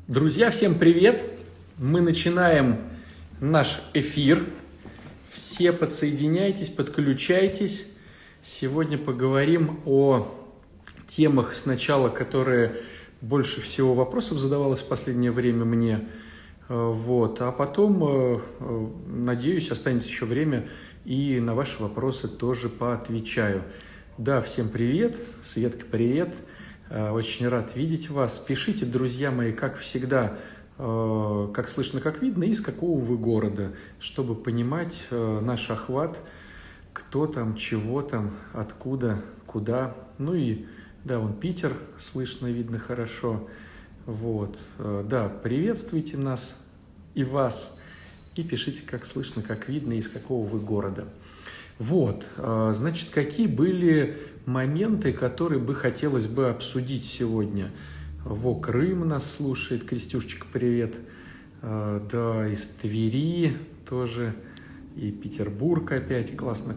Друзья, всем привет! Мы начинаем наш эфир. Все подсоединяйтесь, подключайтесь. Сегодня поговорим о темах сначала, которые больше всего вопросов задавалось в последнее время мне. А потом, надеюсь, останется еще время и на ваши вопросы тоже поотвечаю. Да, всем привет. Светка, привет. Очень рад видеть вас. Пишите, друзья мои, как всегда, как слышно, как видно, из какого вы города, чтобы понимать наш охват, кто там, чего там, откуда, куда. Ну и, да, вон Питер, слышно, видно хорошо. Да, приветствуйте нас и вас, и пишите, как слышно, как видно, из какого вы города. Значит, какие были моменты, которые бы хотелось бы обсудить сегодня. Крым нас слушает, Крестюшечка, привет. Да, из Твери тоже, и Петербург опять, классно.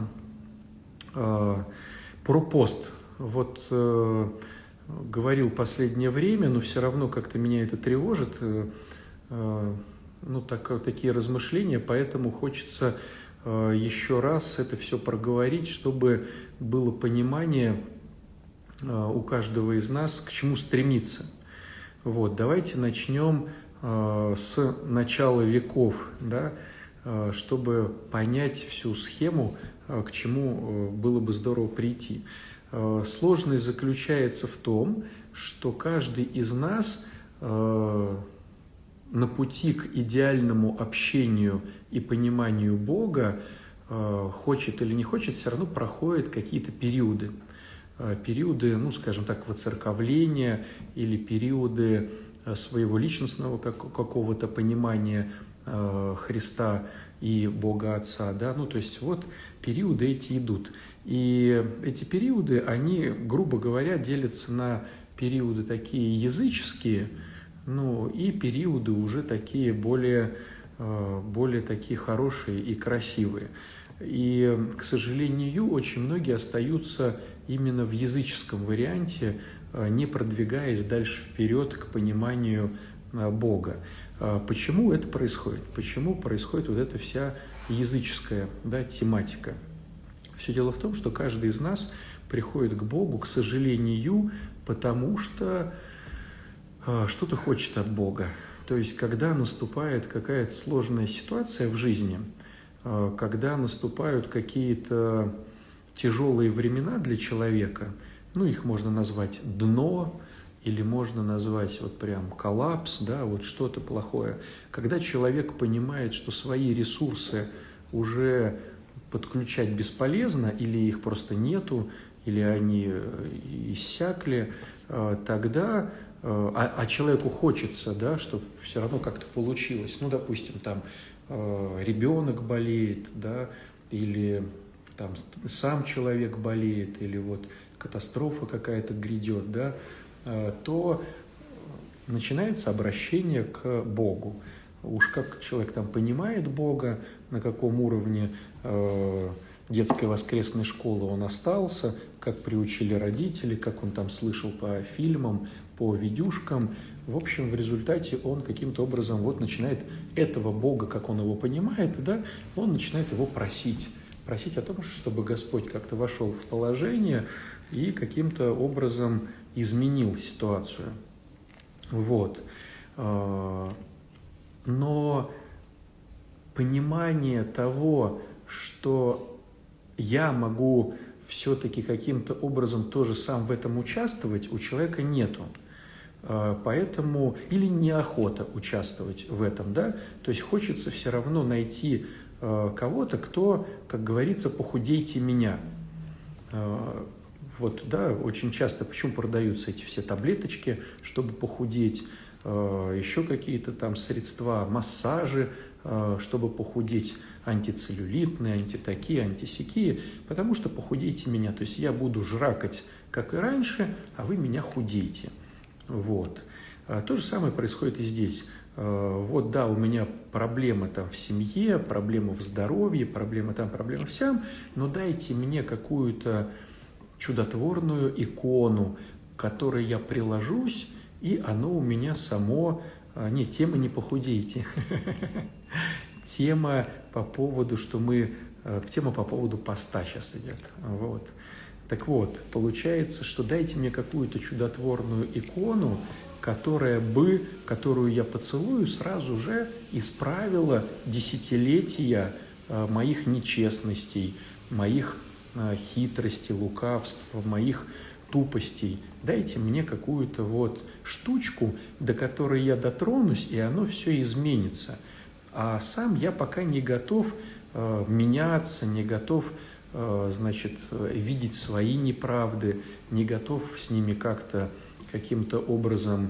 Про пост. Говорил последнее время, но все равно как-то меня это тревожит. Такие размышления, поэтому хочется еще раз это все проговорить, чтобы было понимание у каждого из нас, к чему стремиться. Давайте начнем с начала веков, да, чтобы понять всю схему, к чему было бы здорово прийти. Сложность заключается в том, что каждый из нас на пути к идеальному общению и пониманию Бога, хочет или не хочет, все равно проходит какие-то периоды. Периоды, скажем так, воцерковления или периоды своего личностного какого-то понимания Христа и Бога Отца. Да? Периоды эти идут. И эти периоды, они, грубо говоря, делятся на периоды такие языческие, и периоды уже такие более такие хорошие и красивые. И, к сожалению, очень многие остаются именно в языческом варианте, не продвигаясь дальше вперед к пониманию Бога. Почему это происходит? Почему происходит эта вся языческая, тематика? Все дело в том, что каждый из нас приходит к Богу, к сожалению, потому что что-то хочет от Бога. То есть, когда наступает какая-то сложная ситуация в жизни, когда наступают какие-то тяжелые времена для человека, их можно назвать дно, или можно назвать прям коллапс, что-то плохое. Когда человек понимает, что свои ресурсы уже подключать бесполезно, или их просто нету, или они иссякли, тогда человеку хочется, чтобы все равно как-то получилось. Допустим, там ребенок болеет, или там сам человек болеет, или катастрофа какая-то грядет, то начинается обращение к Богу. Уж как человек там понимает Бога, на каком уровне детской воскресной школы он остался, как приучили родители, как он там слышал по фильмам, по видюшкам. В общем, в результате он каким-то образом начинает этого Бога, как он его понимает, он начинает его просить о том, чтобы Господь как-то вошел в положение и каким-то образом изменил ситуацию. Но понимание того, что я могу все-таки каким-то образом тоже сам в этом участвовать, у человека нету. Поэтому, или неохота участвовать в этом, то есть хочется все равно найти кого-то, кто, как говорится, похудейте меня. Очень часто почему продаются эти все таблеточки, чтобы похудеть, еще какие-то там средства, массажи, чтобы похудеть, антицеллюлитные, антитакие, антисякие, потому что похудейте меня, то есть я буду жракать, как и раньше, а вы меня худейте. То же самое происходит и здесь. У меня проблема там в семье, проблема в здоровье, проблема там, проблема всям, но дайте мне какую-то чудотворную икону, к которой я приложусь, и оно у меня само... Нет, тема «Не похудейте». Тема по поводу, тема по поводу поста сейчас идет. Вот. Так вот, получается, что дайте мне какую-то чудотворную икону, которую я поцелую, сразу же исправила десятилетия моих нечестностей, моих хитростей, лукавств, моих тупостей. Дайте мне какую-то вот штучку, до которой я дотронусь, и оно все изменится. А сам я пока не готов меняться, не готов, видеть свои неправды, не готов с ними каким-то образом,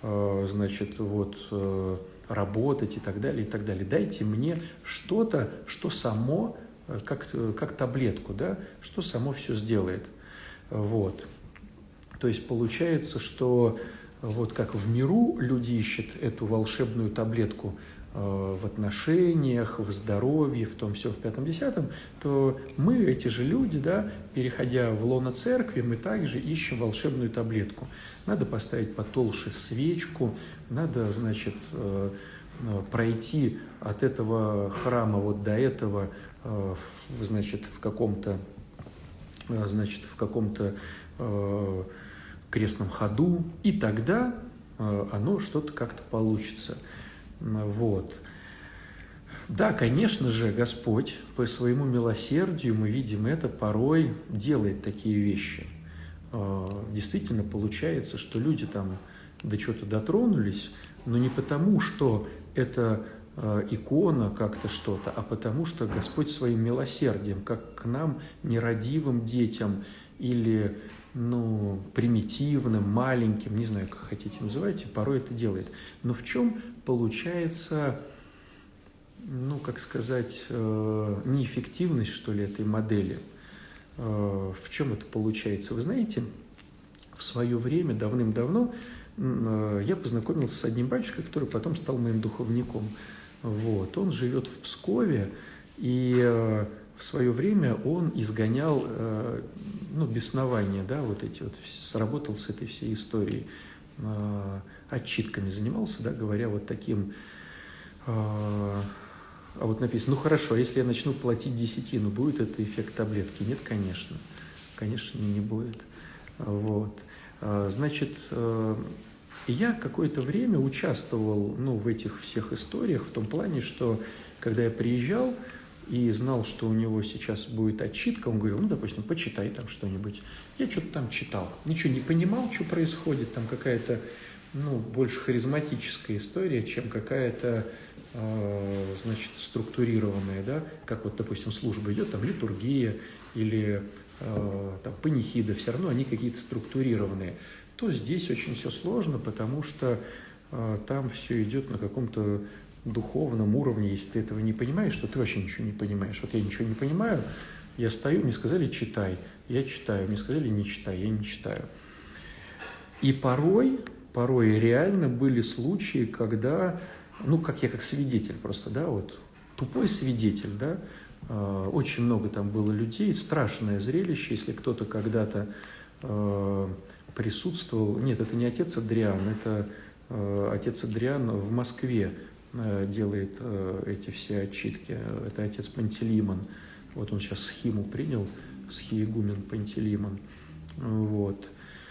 работать и так далее, и так далее. Дайте мне что-то, что само, как таблетку, да, что само все сделает. Вот. То есть получается, что вот как в миру люди ищут эту волшебную таблетку в отношениях, в здоровье, в том, все, в пятом-десятом, то мы, эти же люди, да, переходя в лоно церкви, мы также ищем волшебную таблетку. Надо поставить потолще свечку, надо, пройти от этого храма вот до этого, в каком-то крестном ходу, и тогда оно что-то как-то получится. Вот. Да, конечно же, Господь по своему милосердию, мы видим это, порой делает такие вещи. Действительно получается, что люди там до чего-то дотронулись, но не потому, что это икона как-то что-то, а потому что Господь своим милосердием, как к нам, нерадивым детям или примитивным, маленьким, не знаю, как хотите называйте, порой это делает. Но в чем получается, неэффективность, что ли, этой модели? В чем это получается? Вы знаете, в свое время, давным-давно, я познакомился с одним батюшкой, который потом стал моим духовником. Вот. Он живет в Пскове, и в свое время он изгонял беснования, да, сработал с этой всей историей, отчитками занимался, да, говоря вот таким, вот написано, хорошо, а если я начну платить десятину, будет это эффект таблетки? Нет, конечно, не будет. Вот. Я какое-то время участвовал, в этих всех историях, в том плане, что когда я приезжал и знал, что у него сейчас будет отчитка, он говорил, допустим, почитай там что-нибудь. Я что-то там читал, ничего не понимал, что происходит, там какая-то, больше харизматическая история, чем какая-то, структурированная, да, как вот, допустим, служба идет, там литургия или там панихида, все равно они какие-то структурированные. То здесь очень все сложно, потому что там все идет на каком-то духовном уровне. Если ты этого не понимаешь, то ты вообще ничего не понимаешь. Вот я ничего не понимаю, я стою, мне сказали читай, я читаю, мне сказали не читай, я не читаю. И порой реально были случаи, когда, как свидетель просто, да, вот тупой свидетель, да, очень много там было людей, страшное зрелище, если кто-то когда-то присутствовал. Нет, это не отец Адриан, это отец Адриан в Москве делает эти все отчитки. Это отец Пантелеймон. Вот он сейчас схиму принял, схиегумен Пантелеймон. Вот.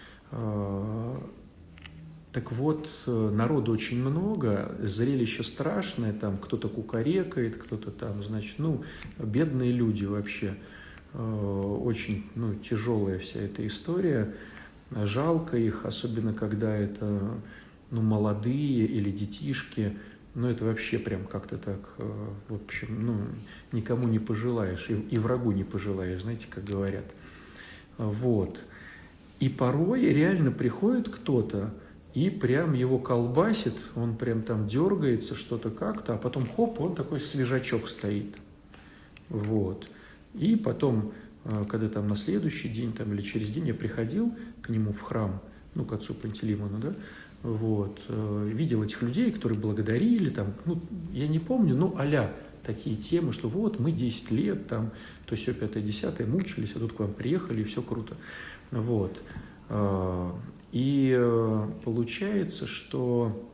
Так вот, народу очень много, зрелище страшное, там кто-то кукарекает, кто-то там, бедные люди вообще. Очень, тяжелая вся эта история. Жалко их, особенно когда это, молодые или детишки. Это вообще прям как-то так, в общем, никому не пожелаешь, и врагу не пожелаешь, знаете, как говорят. Вот. И порой реально приходит кто-то, и прям его колбасит, он прям там дергается, что-то как-то, а потом хоп, он такой свежачок стоит. Вот. И потом, когда там на следующий день там, или через день я приходил к нему в храм, к отцу Пантелеймону, да, вот, видел этих людей, которые благодарили, там, я не помню, а-ля такие темы, что вот мы 10 лет, там, то все 5-10 мучились, а тут к вам приехали, и все круто. Вот. И получается, что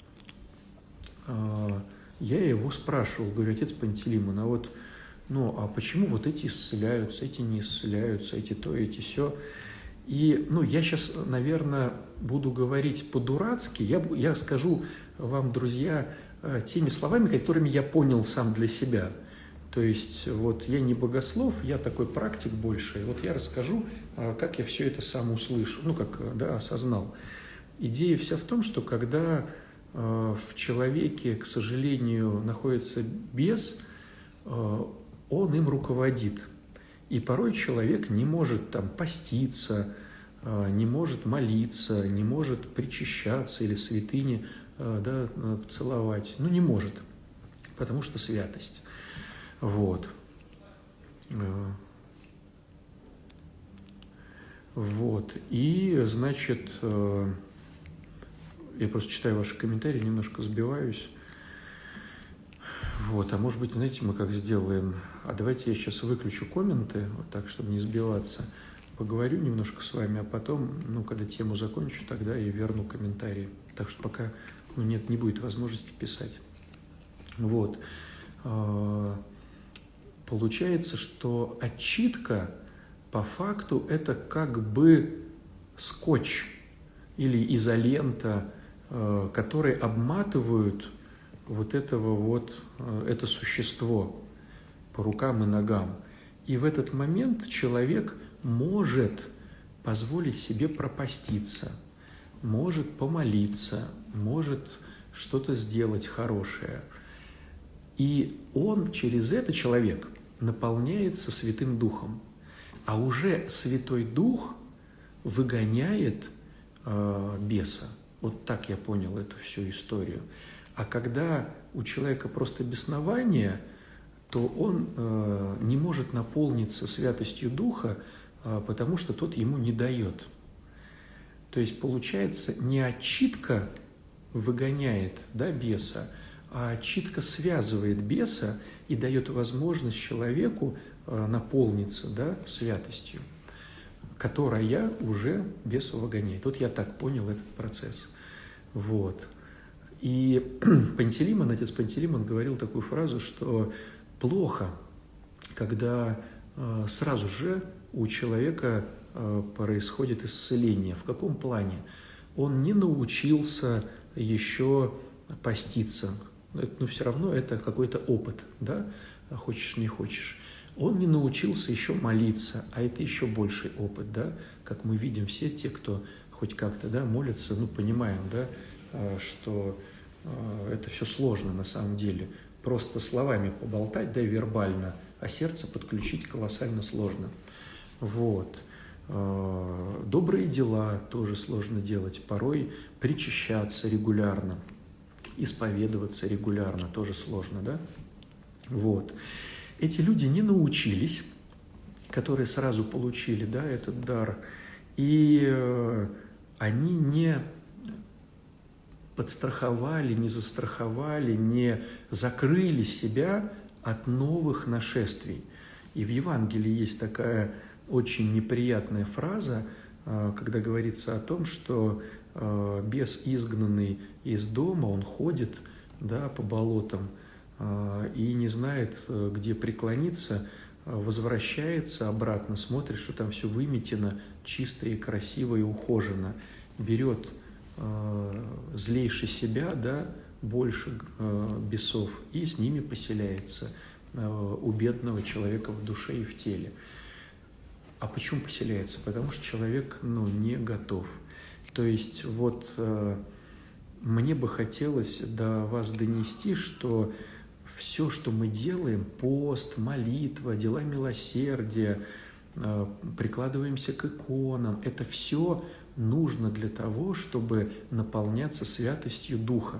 я его спрашивал, говорю: отец Пантелеймон, а почему вот эти исцеляются, эти не исцеляются, эти то, эти сё? И, я сейчас, наверное, буду говорить по-дурацки. Я скажу вам, друзья, теми словами, которыми я понял сам для себя. То есть, я не богослов, я такой практик больше. И я расскажу, как я все это сам услышал, осознал. Идея вся в том, что когда в человеке, к сожалению, находится бес, он им руководит. И порой человек не может поститься, не может молиться, не может причащаться или святыни целовать. Не может, потому что святость. И, значит, я просто читаю ваши комментарии, немножко сбиваюсь. А может быть, знаете, мы как сделаем? Давайте я сейчас выключу комменты, так, чтобы не сбиваться. Поговорю немножко с вами, а потом, когда тему закончу, тогда я верну комментарии. Так что пока не будет возможности писать. Получается, что отчитка по факту это как бы скотч или изолента, которые обматывают это существо по рукам и ногам. И в этот момент человек может позволить себе пропаститься, может помолиться, может что-то сделать хорошее. И он через это, человек, наполняется Святым Духом. А уже Святой Дух выгоняет беса. Так я понял эту всю историю. А когда у человека просто беснование, то он не может наполниться святостью Духа, потому что тот ему не дает. То есть, получается, не отчитка выгоняет беса, а отчитка связывает беса и дает возможность человеку наполниться святостью, которая уже беса выгоняет. Я так понял этот процесс. И отец Пантелеймон говорил такую фразу, что плохо, когда сразу же у человека происходит исцеление. В каком плане? Он не научился еще поститься. Но все равно это какой-то опыт, хочешь не хочешь. Он не научился еще молиться, а это еще больший опыт, как мы видим все те, кто хоть как-то молятся, понимаем, что это все сложно на самом деле. Просто словами поболтать, вербально, а сердце подключить колоссально сложно. Добрые дела тоже сложно делать. Порой причащаться регулярно, исповедоваться регулярно тоже сложно, Эти люди не научились, которые сразу получили, этот дар, и они не подстраховали, не застраховали, не закрыли себя от новых нашествий. И в Евангелии есть такая очень неприятная фраза, когда говорится о том, что бес, изгнанный из дома, он ходит по болотам и не знает, где преклониться, возвращается обратно, смотрит, что там все выметено, чисто и красиво и ухожено, берет злейший себя, больше бесов, и с ними поселяется у бедного человека в душе и в теле. А почему поселяется? Потому что человек, не готов. То есть мне бы хотелось до вас донести, что все, что мы делаем, пост, молитва, дела милосердия, прикладываемся к иконам, это все нужно для того, чтобы наполняться святостью Духа.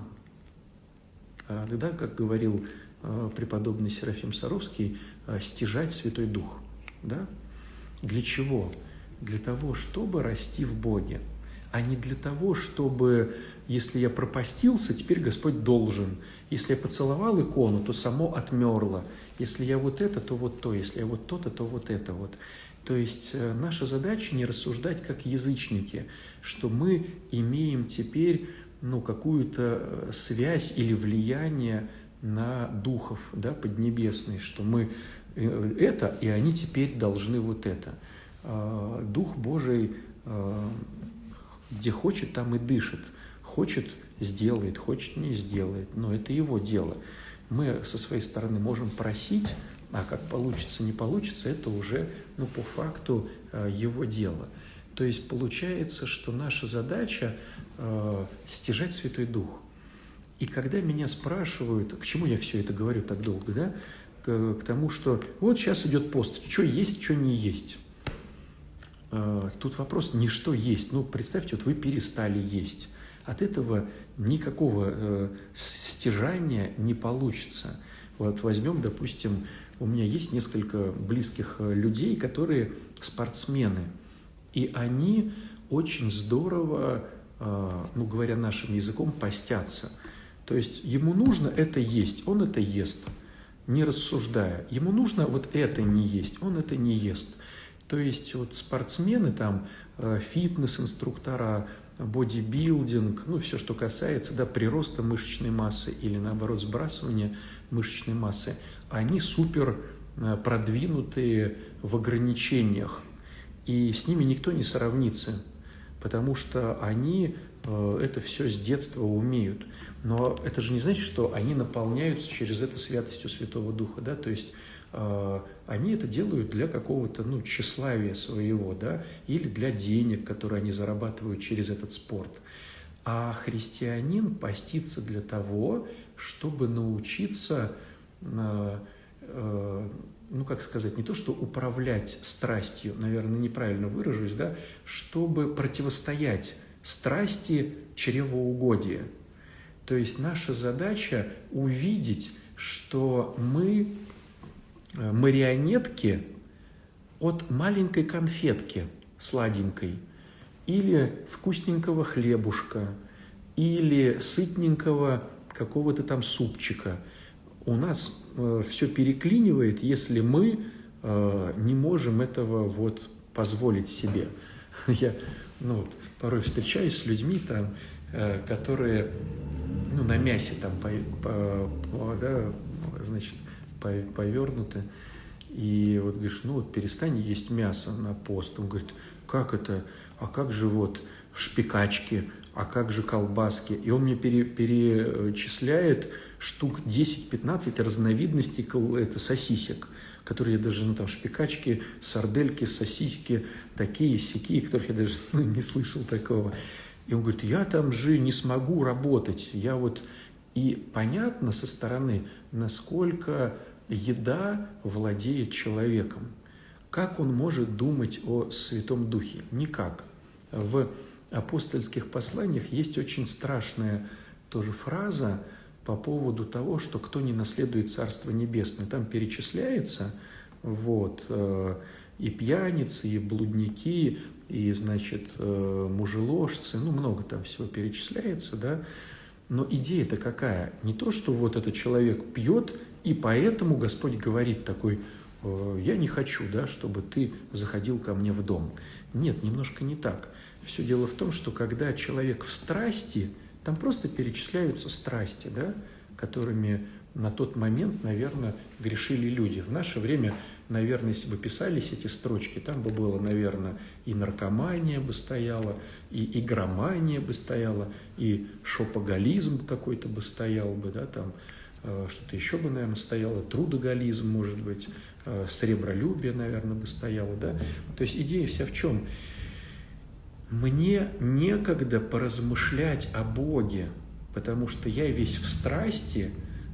Как говорил преподобный Серафим Саровский, стяжать Святой Дух. Для чего? Для того, чтобы расти в Боге, а не для того, чтобы, если я пропастился, теперь Господь должен. Если я поцеловал икону, то само отмерло. Если я это, то то. Если я то-то, то это. То есть наша задача не рассуждать как язычники, что мы имеем теперь какую-то связь или влияние на духов, да, поднебесные, что мы это, и они теперь должны вот это. Дух Божий где хочет, там и дышит. Хочет – сделает, хочет – не сделает. Но это его дело. Мы со своей стороны можем просить, а как получится, не получится, это уже по факту его дело. То есть получается, что наша задача стяжать Святой Дух. И когда меня спрашивают, к чему я все это говорю так долго, да? К тому, что вот сейчас идет пост, что есть, что не есть. Тут вопрос не что есть. Представьте, вот вы перестали есть. От этого никакого стяжания не получится. Вот возьмем, допустим, у меня есть несколько близких людей, которые спортсмены. И они очень здорово, говоря нашим языком, постятся. То есть ему нужно это есть, он это ест, не рассуждая. Ему нужно вот это не есть, он это не ест. То есть вот спортсмены, фитнес-инструктора, бодибилдинг, все, что касается прироста мышечной массы или, наоборот, сбрасывания мышечной массы, они супер продвинутые в ограничениях. И с ними никто не сравнится, потому что они это все с детства умеют. Но это же не значит, что они наполняются через это святостью Святого Духа, да, то есть они это делают для какого-то, тщеславия своего, да, или для денег, которые они зарабатывают через этот спорт. А христианин постится для того, чтобы научиться, не то что управлять страстью, наверное, неправильно выражусь, да, чтобы противостоять страсти чревоугодия. То есть наша задача увидеть, что мы марионетки от маленькой конфетки сладенькой, или вкусненького хлебушка, или сытненького какого-то супчика. У нас все переклинивает, если мы не можем этого позволить себе. Я порой встречаюсь с людьми, которые на мясе повернуты. И вот говоришь, перестань есть мясо на пост. Он говорит, как это? А как же шпикачки? А как же колбаски? И он мне перечисляет штук 10-15 разновидностей сосисек, которые я даже, шпикачки, сардельки, сосиски, такие-сякие, которых я даже не слышал такого. И он говорит, я там же не смогу работать. И понятно со стороны, насколько еда владеет человеком. Как он может думать о Святом Духе? Никак. В апостольских посланиях есть очень страшная тоже фраза по поводу того, что кто не наследует Царство Небесное. Там перечисляется и пьяницы, и блудники, и, мужеложцы, много там всего перечисляется, да. Но идея-то какая? Не то, что этот человек пьет, и поэтому Господь говорит такой, я не хочу, да, чтобы ты заходил ко мне в дом. Нет, немножко не так. Все дело в том, что когда человек в страсти, там просто перечисляются страсти, да, которыми на тот момент, наверное, грешили люди. В наше время, наверное, если бы писались эти строчки, там бы было, наверное, и наркомания бы стояла, и игромания бы стояла, и шопоголизм какой-то бы стоял бы, да, там что-то еще бы, наверное, стояло, трудоголизм, может быть, сребролюбие, наверное, бы стояло, да. То есть идея вся в чем? Мне некогда поразмышлять о Боге, потому что я весь в страсти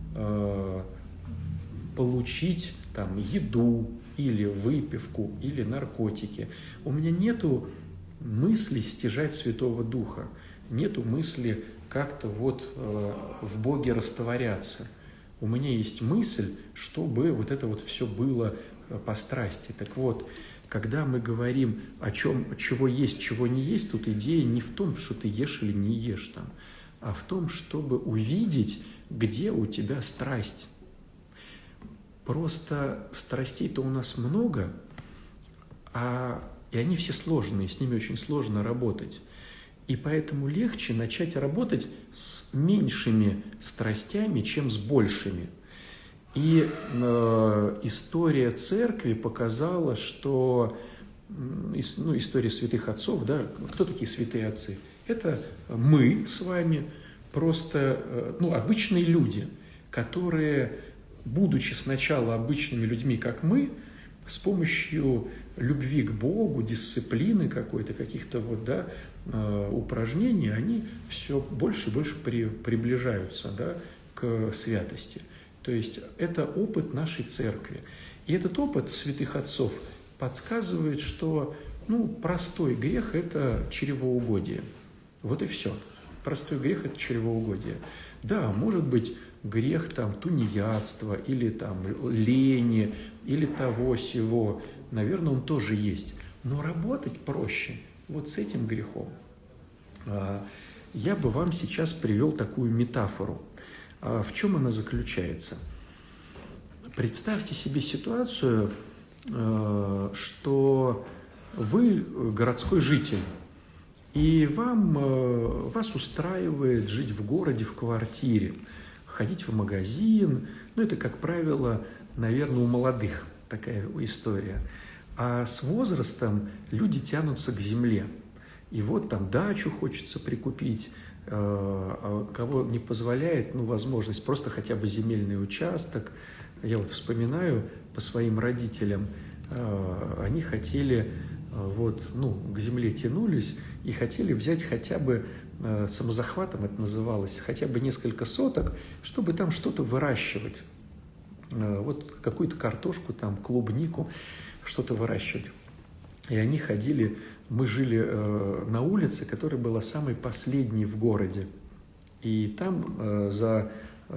получить еду или выпивку, или наркотики. У меня нету мысли стяжать Святого Духа, нету мысли как-то в Боге растворяться. У меня есть мысль, чтобы это все было по страсти. Так вот, когда мы говорим о чем, чего есть, чего не есть, тут идея не в том, что ты ешь или не ешь а в том, чтобы увидеть, где у тебя страсть. Просто страстей-то у нас много, И они все сложные, с ними очень сложно работать. И поэтому легче начать работать с меньшими страстями, чем с большими. И история церкви показала, что история святых отцов, да, кто такие святые отцы? Это мы с вами, просто обычные люди, которые, будучи сначала обычными людьми, как мы, с помощью любви к Богу, дисциплины какой-то, каких-то упражнений, они все больше и больше приближаются, да, к святости. То есть это опыт нашей церкви. И этот опыт святых отцов подсказывает, что простой грех – это чревоугодие. Вот и все. Простой грех – это чревоугодие. Да, может быть, грех тунеядства или лени, или того-сего. Наверное, он тоже есть. Но работать проще вот с этим грехом. Я бы вам сейчас привел такую метафору. В чем она заключается? Представьте себе ситуацию, что вы городской житель, и вас устраивает жить в городе в квартире, ходить в магазин. Это, как правило, наверное, у молодых такая история. А с возрастом люди тянутся к земле. И дачу хочется прикупить, кого не позволяет возможность просто хотя бы земельный участок. Я вспоминаю по своим родителям, они хотели, к земле тянулись и хотели взять хотя бы, самозахватом это называлось, хотя бы несколько соток, чтобы там что-то выращивать. Какую-то картошку, клубнику, что-то выращивать. И они ходили, мы жили на улице, которая была самой последней в городе. И там за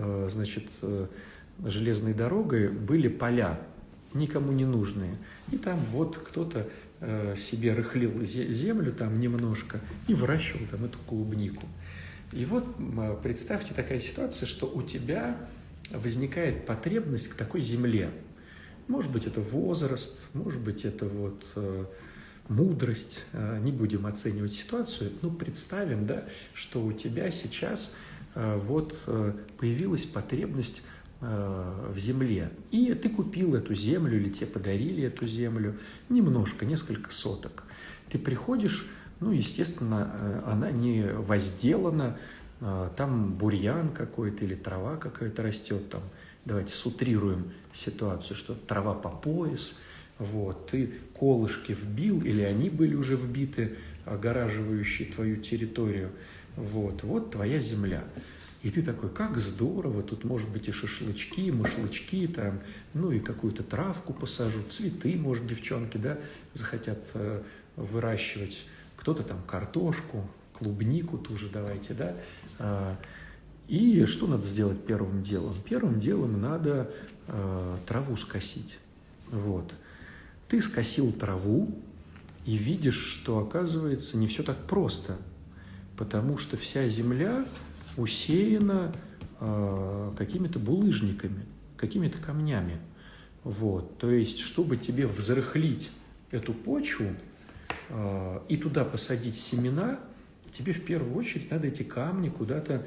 железной дорогой были поля, никому не нужные. И там кто-то себе рыхлил землю немножко и выращивал эту клубнику. И представьте такая ситуация, что у тебя возникает потребность к такой земле. Может быть, это возраст, может быть, это мудрость. Не будем оценивать ситуацию, представим, да, что у тебя сейчас появилась потребность в земле. И ты купил эту землю, или тебе подарили эту землю, немножко, несколько соток. Ты приходишь, естественно, она не возделана, там бурьян какой-то или трава какая-то растет, давайте сутрируем ситуацию, что трава по пояс, ты колышки вбил, или они были уже вбиты, огораживающие твою территорию, вот твоя земля. И ты такой, как здорово, тут может быть и шашлычки, машлычки, и какую-то травку посажу, цветы, может, девчонки, да, захотят выращивать, кто-то картошку, клубнику ту же давайте, да. И что надо сделать первым делом? Первым делом надо траву скосить. Ты скосил траву и видишь, что, оказывается, не все так просто, потому что вся земля усеяна какими-то булыжниками, какими-то камнями. То есть, чтобы тебе взрыхлить эту почву и туда посадить семена, тебе в первую очередь надо эти камни куда-то,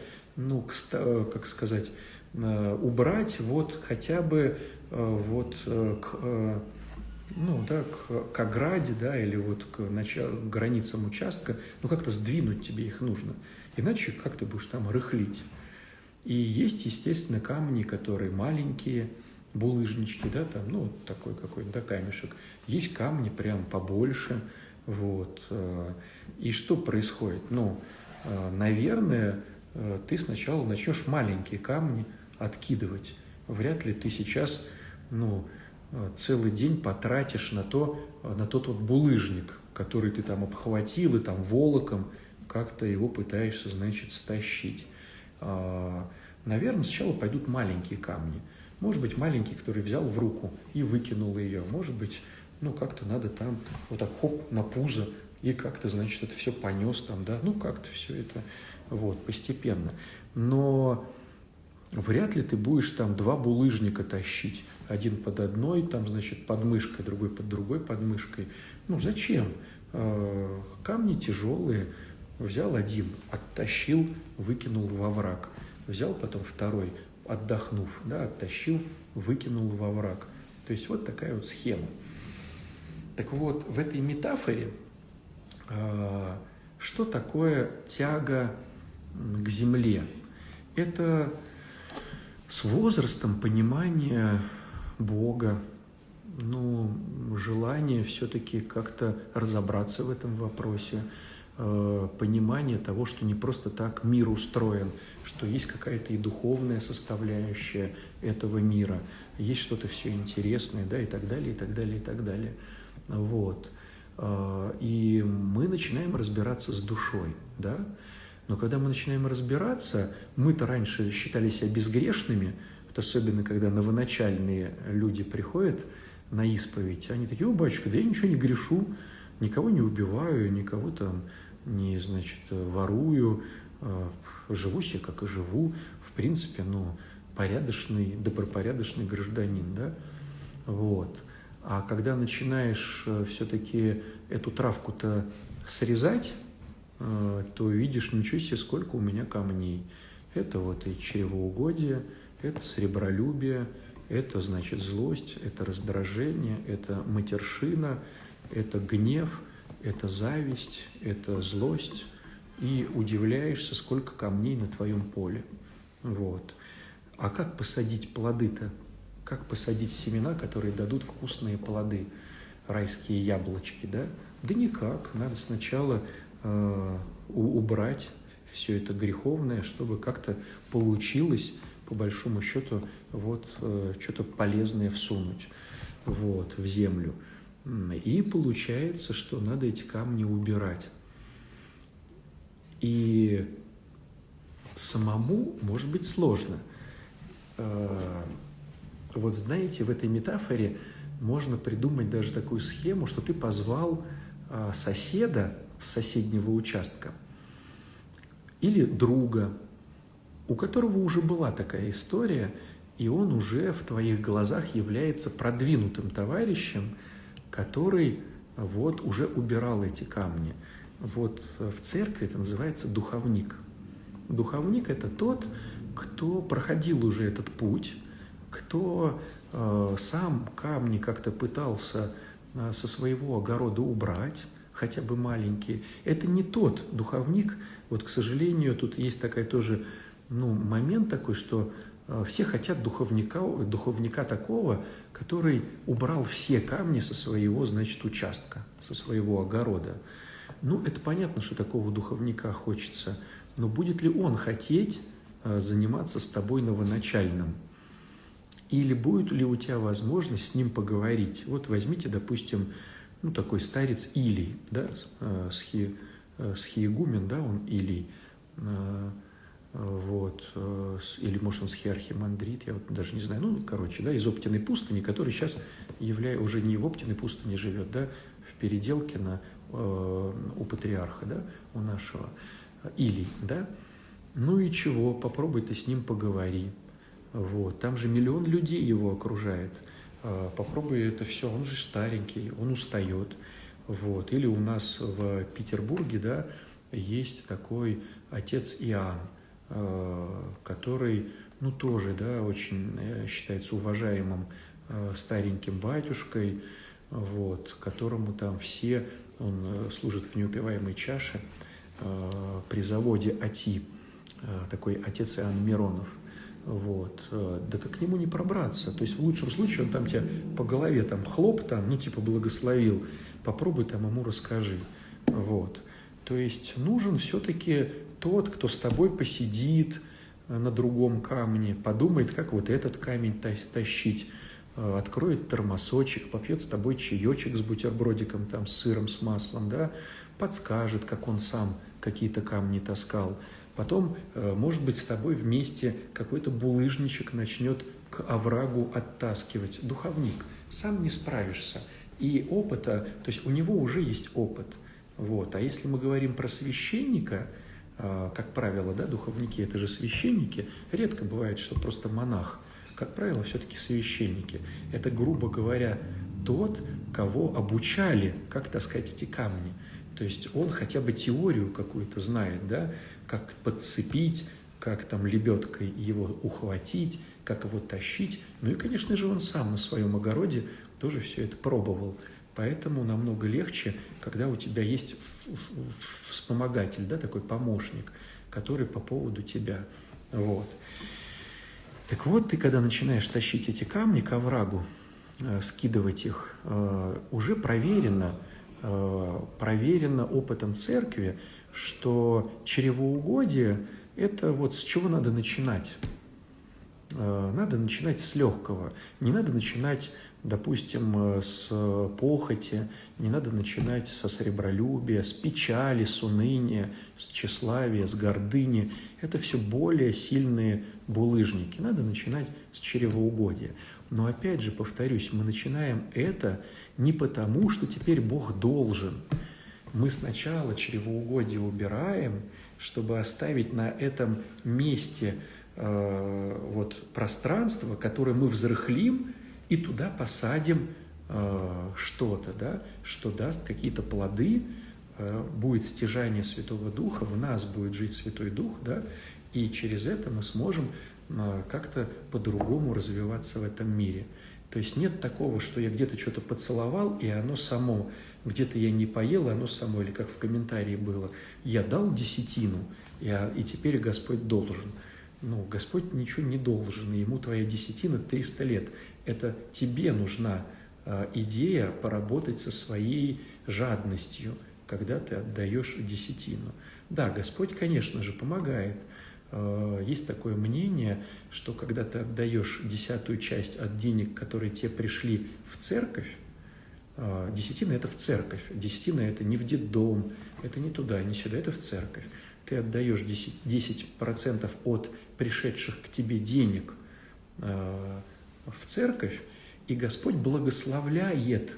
убрать хотя бы к ограде, да, или к границам участка, как-то сдвинуть тебе их нужно. Иначе как ты будешь там рыхлить? И есть, естественно, камни, которые маленькие, булыжнички, да, такой какой-то, да, камешек. Есть камни прям побольше, И что происходит? Наверное, ты сначала начнешь маленькие камни откидывать. Вряд ли ты сейчас, целый день потратишь на тот булыжник, который ты обхватил и волоком как-то его пытаешься, стащить. Наверное, сначала пойдут маленькие камни. Может быть, маленький, который взял в руку и выкинул ее. Может быть, как-то надо хоп, на пузо, и как-то, это все понес да, как-то все это, постепенно. Но вряд ли ты будешь там 2 булыжника тащить. Один под одной, там, значит, подмышкой, другой под другой подмышкой. Ну, зачем? Камни тяжелые. Взял один, оттащил, выкинул во враг. Взял потом второй, отдохнув, да, оттащил, выкинул во враг. То есть вот такая вот схема. Так вот, в этой метафоре что такое тяга к земле? Это с возрастом понимание Бога, ну, желание все-таки как-то разобраться в этом вопросе, понимание того, что не просто так мир устроен, что есть какая-то и духовная составляющая этого мира, есть что-то все интересное, да, и так далее, и так далее, и так далее. Вот. И мы начинаем разбираться с душой, да. Но когда мы начинаем разбираться, мы-то раньше считали себя безгрешными, вот особенно когда новоначальные люди приходят на исповедь, они такие: о, батюшка, да я ничего не грешу, никого не убиваю, никого там не, значит, ворую, живу себе, как и живу, в принципе, ну, порядочный, добропорядочный гражданин, да, вот. А когда начинаешь все-таки эту травку-то срезать, то видишь, ничего себе, сколько у меня камней. Это вот и чревоугодие, это сребролюбие, это, значит, злость, это раздражение, это матершина, это гнев, это зависть, это злость. И удивляешься, сколько камней на твоем поле. Вот. А как посадить плоды-то? Как посадить семена, которые дадут вкусные плоды, райские яблочки, да? Да никак. Надо сначала убрать все это греховное, чтобы как-то получилось, по большому счету, вот что-то полезное всунуть вот, в землю. И получается, что надо эти камни убирать. И самому может быть сложно. Вот знаете, в этой метафоре можно придумать даже такую схему, что ты позвал соседа с соседнего участка или друга, у которого уже была такая история, и он уже в твоих глазах является продвинутым товарищем, который вот уже убирал эти камни. Вот в церкви это называется духовник. Духовник – это тот, кто проходил уже этот путь, кто сам камни как-то пытался со своего огорода убрать, хотя бы маленькие. Это не тот духовник. Вот, к сожалению, тут есть такой тоже момент такой, что все хотят духовника такого, который убрал все камни со своего, значит, участка, со своего огорода. Ну, это понятно, что такого духовника хочется, но будет ли он хотеть заниматься с тобой новоначальным? Или будет ли у тебя возможность с ним поговорить? Вот возьмите, допустим, такой старец Илий, да, схиегумен, да, он Илий, вот, или, может, он схиархимандрит, я вот даже не знаю, да, из Оптиной пустыни, который сейчас уже не в Оптиной пустыне живет, да, в Переделке у патриарха, да, у нашего, Илий, да. Ну и чего, попробуй ты с ним поговори. Вот, там же миллион людей его окружает. Попробуй это все, он же старенький, он устает. Вот. Или у нас в Петербурге, да, есть такой отец Иоанн, который, тоже, да, очень считается уважаемым стареньким батюшкой, вот, которому там он служит в неупиваемой чаше при заводе АТИ, такой отец Иоанн Миронов. Вот. Да как к нему не пробраться? То есть в лучшем случае он там тебя по голове хлоп, благословил, попробуй ему расскажи. Вот. То есть нужен все-таки тот, кто с тобой посидит на другом камне, подумает, как вот этот камень тащить, откроет термосочек, попьет с тобой чаечек с бутербродиком, с сыром, с маслом, да, подскажет, как он сам какие-то камни таскал. Потом, может быть, с тобой вместе какой-то булыжничек начнет к оврагу оттаскивать. Духовник. Сам не справишься. И опыта, то есть у него уже есть опыт. Вот. А если мы говорим про священника, как правило, да, духовники – это же священники. Редко бывает, что просто монах. Как правило, все-таки священники. Это, грубо говоря, тот, кого обучали, как таскать эти камни. То есть он хотя бы теорию какую-то знает, да, как подцепить, как там лебедкой его ухватить, как его тащить. Ну и, конечно же, он сам на своем огороде тоже все это пробовал. Поэтому намного легче, когда у тебя есть вспомогатель, да, такой помощник, который по поводу тебя. Вот. Так вот, ты когда начинаешь тащить эти камни к оврагу, скидывать их, уже проверено опытом церкви, что чревоугодие – это вот с чего надо начинать. Надо начинать с легкого. Не надо начинать, допустим, с похоти, не надо начинать со сребролюбия, с печали, с уныния, с тщеславия, с гордыни. Это все более сильные булыжники. Надо начинать с чревоугодия. Но опять же, повторюсь, мы начинаем это не потому, что теперь Бог должен. Мы сначала чревоугодие убираем, чтобы оставить на этом месте пространство, которое мы взрыхлим, и туда посадим что-то, да, что даст какие-то плоды, будет стяжание Святого Духа, в нас будет жить Святой Дух, да, и через это мы сможем как-то по-другому развиваться в этом мире. То есть нет такого, что я где-то что-то поцеловал, и оно само, где-то я не поел, оно само, или как в комментарии было, я дал десятину, и теперь Господь должен. Ну, Господь ничего не должен, и ему твоя десятина 300 лет. Это тебе нужна идея поработать со своей жадностью, когда ты отдаешь десятину. Да, Господь, конечно же, помогает. Есть такое мнение, что когда ты отдаешь 10-ю часть от денег, которые тебе пришли в церковь, десятина – это в церковь, десятина – это не в детдом, это не туда, не сюда, это в церковь. Ты отдаешь 10% от пришедших к тебе денег в церковь, и Господь благословляет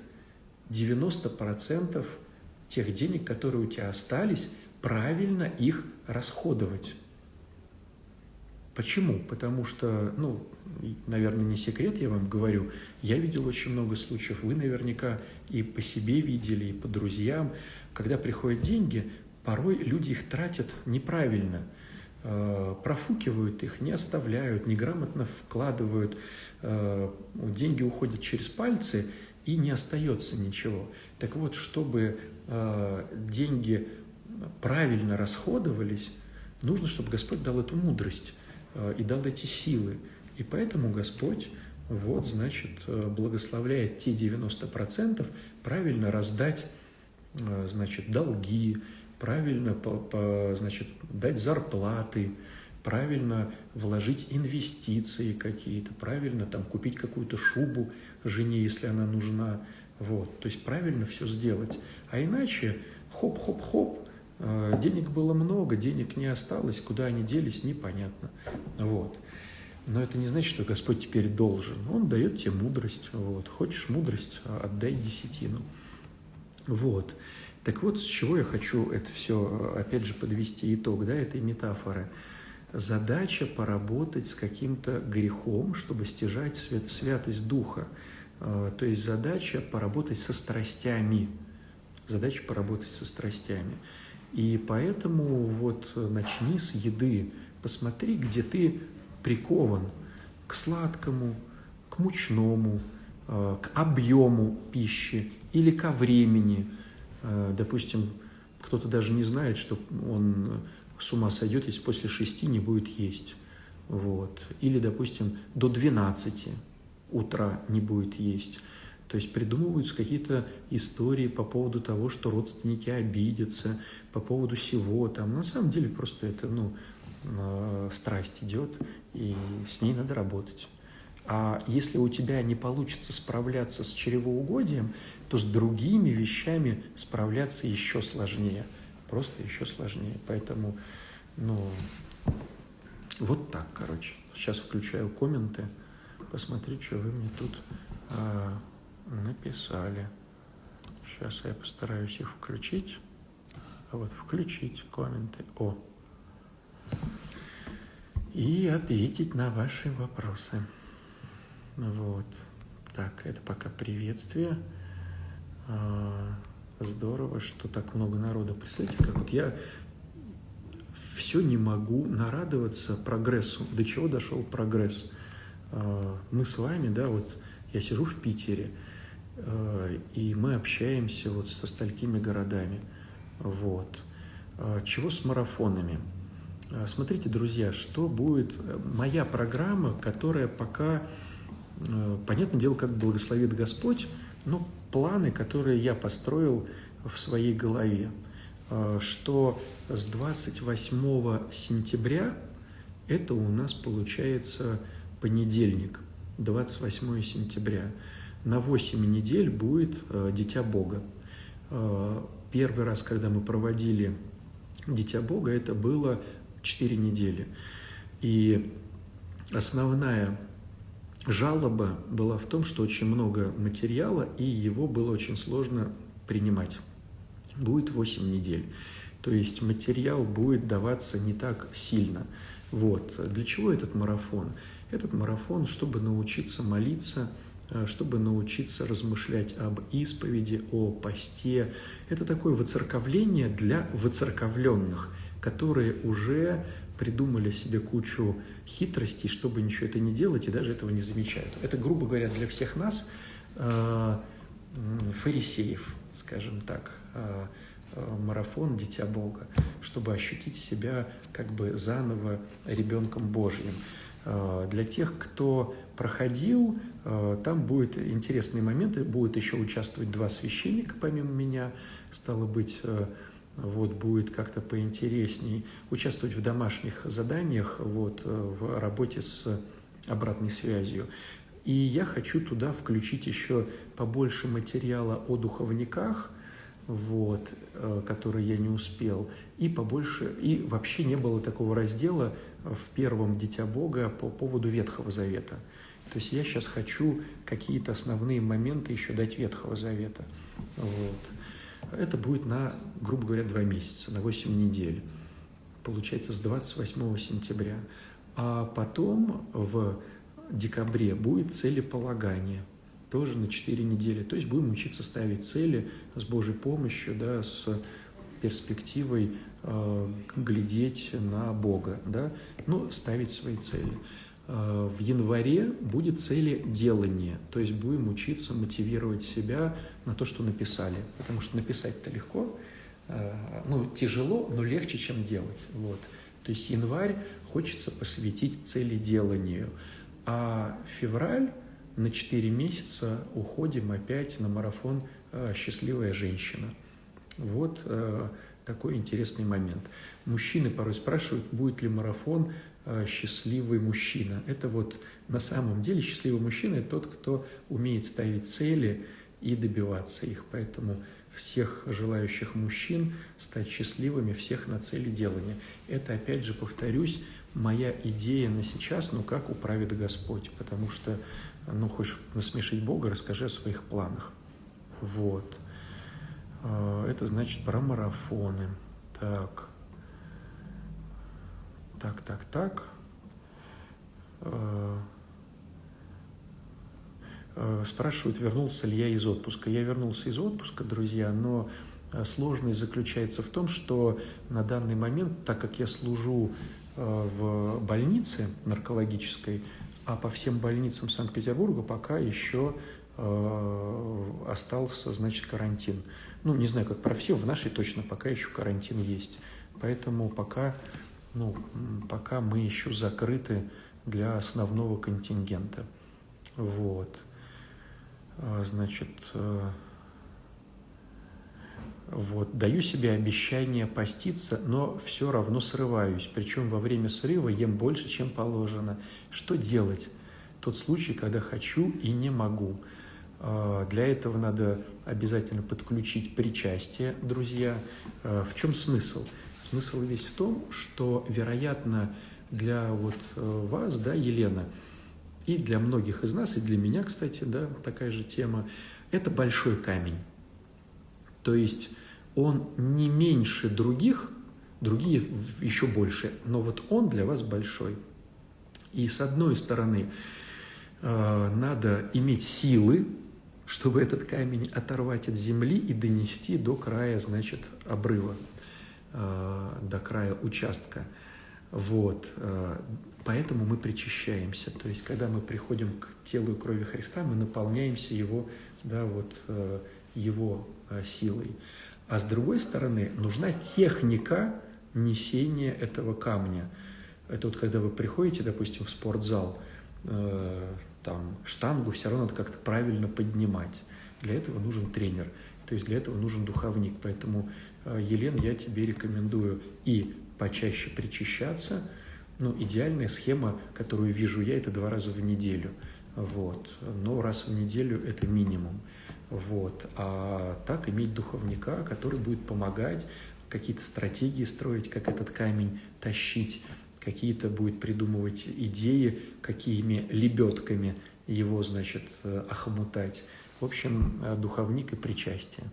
90% тех денег, которые у тебя остались, правильно их расходовать. Почему? Потому что, наверное, не секрет, я вам говорю, я видел очень много случаев, вы наверняка и по себе видели, и по друзьям, когда приходят деньги, порой люди их тратят неправильно, профукивают их, не оставляют, неграмотно вкладывают, деньги уходят через пальцы, и не остается ничего. Так вот, чтобы деньги правильно расходовались, нужно, чтобы Господь дал эту мудрость и дал эти силы. И поэтому Господь, благословляет те 90% правильно раздать, долги, правильно, дать зарплаты, правильно вложить инвестиции какие-то, правильно купить какую-то шубу жене, если она нужна. То есть правильно все сделать. А иначе хоп-хоп-хоп, денег было много, денег не осталось, куда они делись, непонятно. Но это не значит, что Господь теперь должен. Он дает тебе мудрость. Хочешь мудрость, отдай десятину. Так вот, с чего я хочу это все, опять же, подвести итог, этой метафоры. Задача поработать с каким-то грехом, чтобы стяжать святость Духа. То есть задача поработать со страстями. И поэтому начни с еды. Посмотри, где ты прикован к сладкому, к мучному, к объему пищи или ко времени. Допустим, кто-то даже не знает, что он с ума сойдет, если после 6 не будет есть. Или, допустим, до 12 утра не будет есть. То есть придумываются какие-то истории по поводу того, что родственники обидятся, по поводу всего. На самом деле просто это, страсть идет, и с ней надо работать. А если у тебя не получится справляться с чревоугодием, то с другими вещами справляться еще сложнее. Просто еще сложнее. Поэтому, так, Сейчас включаю комменты. Посмотрю, что вы мне тут написали. Сейчас я постараюсь их включить. Включить комменты. и ответить на ваши вопросы. Вот. Так, это пока приветствие. Здорово, что так много народу. Представляете, как вот я все не могу нарадоваться прогрессу. До чего дошел прогресс? Мы с вами, да, вот я сижу в Питере, и мы общаемся вот со столькими городами. Вот. Чего с марафонами? Смотрите, друзья, что будет моя программа, которая пока, понятное дело, как благословит Господь, но планы, которые я построил в своей голове, что с 28 сентября, это у нас получается понедельник, 28 сентября, на 8 недель будет Дитя Бога. Первый раз, когда мы проводили Дитя Бога, это было 4 недели. И основная жалоба была в том, что очень много материала, и его было очень сложно принимать. Будет 8 недель. То есть материал будет даваться не так сильно. Вот. Для чего этот марафон? Этот марафон, чтобы научиться молиться, чтобы научиться размышлять об исповеди, о посте. Это такое воцерковление для воцерковленных, которые уже придумали себе кучу хитростей, чтобы ничего это не делать, и даже этого не замечают. Это, грубо говоря, для всех нас, фарисеев, скажем так, марафон Дитя Бога, чтобы ощутить себя как бы заново ребенком Божьим. Для тех, кто проходил, там будут интересные моменты, будут еще участвовать 2 священника помимо меня, стало быть, вот, будет как-то поинтересней участвовать в домашних заданиях, вот, в работе с обратной связью. И я хочу туда включить еще побольше материала о духовниках, вот, который я не успел, и побольше, и вообще не было такого раздела в первом Дитя Бога по поводу Ветхого Завета. То есть я сейчас хочу какие-то основные моменты еще дать Ветхого Завета. Вот. Это будет на, грубо говоря, 2 месяца, на 8 недель. Получается, с 28 сентября. А потом в декабре будет целеполагание. Тоже на 4 недели. То есть будем учиться ставить цели с Божьей помощью, да, с перспективой глядеть на Бога, да, но ставить свои цели. В январе будет целеделание, то есть будем учиться мотивировать себя на то, что написали, потому что написать-то легко, ну, тяжело, но легче, чем делать. Вот. То есть январь хочется посвятить целеделанию, а февраль на 4 месяца уходим опять на марафон «Счастливая женщина». Вот такой интересный момент. Мужчины порой спрашивают, будет ли марафон «Счастливый мужчина». Это вот на самом деле счастливый мужчина – это тот, кто умеет ставить цели и добиваться их. Поэтому всех желающих мужчин стать счастливыми, всех на цели делания. Это, опять же, повторюсь, моя идея на сейчас, ну, как управит Господь, потому что, ну, хочешь насмешить Бога, расскажи о своих планах. Вот. Это значит про марафоны. Так. Спрашивают, вернулся ли я из отпуска. Я вернулся из отпуска, друзья, но сложность заключается в том, что на данный момент, так как я служу в больнице наркологической, а по всем больницам Санкт-Петербурга пока еще остался, значит, карантин. Ну, не знаю, как про все, в нашей точно пока еще карантин есть. Поэтому пока мы еще закрыты для основного контингента. Вот. Значит, вот, даю себе обещание поститься, но все равно срываюсь. Причем во время срыва ем больше, чем положено. Что делать? Тот случай, когда хочу и не могу. Для этого надо обязательно подключить причастие, друзья. В чем смысл? Смысл весь в том, что, вероятно, для вот вас, да, Елена, и для многих из нас, и для меня, кстати, да, такая же тема, это большой камень. То есть он не меньше других, другие еще больше, но вот он для вас большой. И с одной стороны, надо иметь силы, чтобы этот камень оторвать от земли и донести до края, значит, обрыва, до края участка. Вот. Поэтому мы причащаемся. То есть, когда мы приходим к телу и крови Христа, мы наполняемся его, да, вот, его силой. А с другой стороны, нужна техника несения этого камня. Это вот когда вы приходите, допустим, в спортзал, там штангу все равно надо как-то правильно поднимать. Для этого нужен тренер, то есть для этого нужен духовник. Поэтому, Елен, я тебе рекомендую и почаще причащаться. Ну, идеальная схема, которую вижу я, это 2 раза в неделю. Вот. Но раз в неделю это минимум. Вот. А так иметь духовника, который будет помогать, какие-то стратегии строить, как этот камень тащить, какие-то будет придумывать идеи, какими лебедками его, значит, охомутать. В общем, духовник и причастие.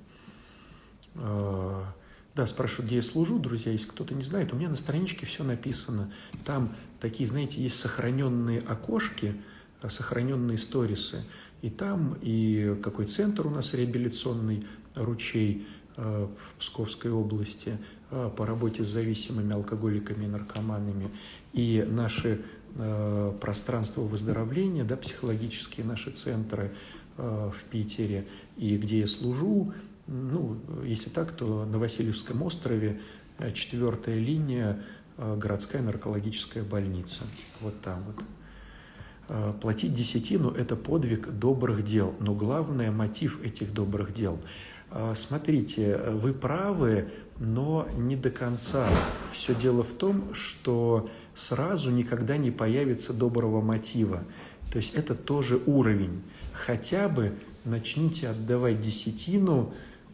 Да, спрашивают, где я служу, друзья, если кто-то не знает, у меня на страничке все написано. Там такие, знаете, есть сохраненные окошки, сохраненные сторисы. И там и какой центр у нас реабилитационный, Ручей в Псковской области, по работе с зависимыми алкоголиками и наркоманами, и наши пространства выздоровления, да, психологические наши центры в Питере, и где я служу, ну, если так, то на Васильевском острове 4-я линия, городская наркологическая больница, вот там вот. Платить десятину – это подвиг добрых дел, но главное – мотив этих добрых дел. Смотрите, вы правы, но не до конца. Все дело в том, что сразу никогда не появится доброго мотива. То есть это тоже уровень. Хотя бы начните отдавать десятину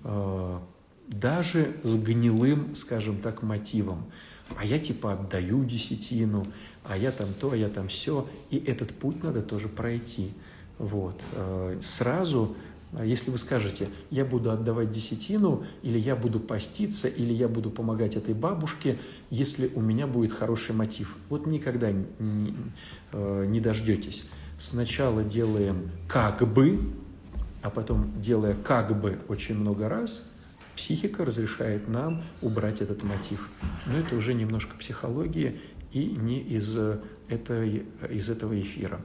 даже с гнилым, скажем так, мотивом. А я типа отдаю десятину, а я там то, а я там все. И этот путь надо тоже пройти. Вот. Сразу, если вы скажете, я буду отдавать десятину, или я буду поститься, или я буду помогать этой бабушке, если у меня будет хороший мотив. Вот никогда не дождетесь. Сначала делаем как бы, а потом, делая как бы очень много раз, психика разрешает нам убрать этот мотив. Но это уже немножко психология и не из этого эфира.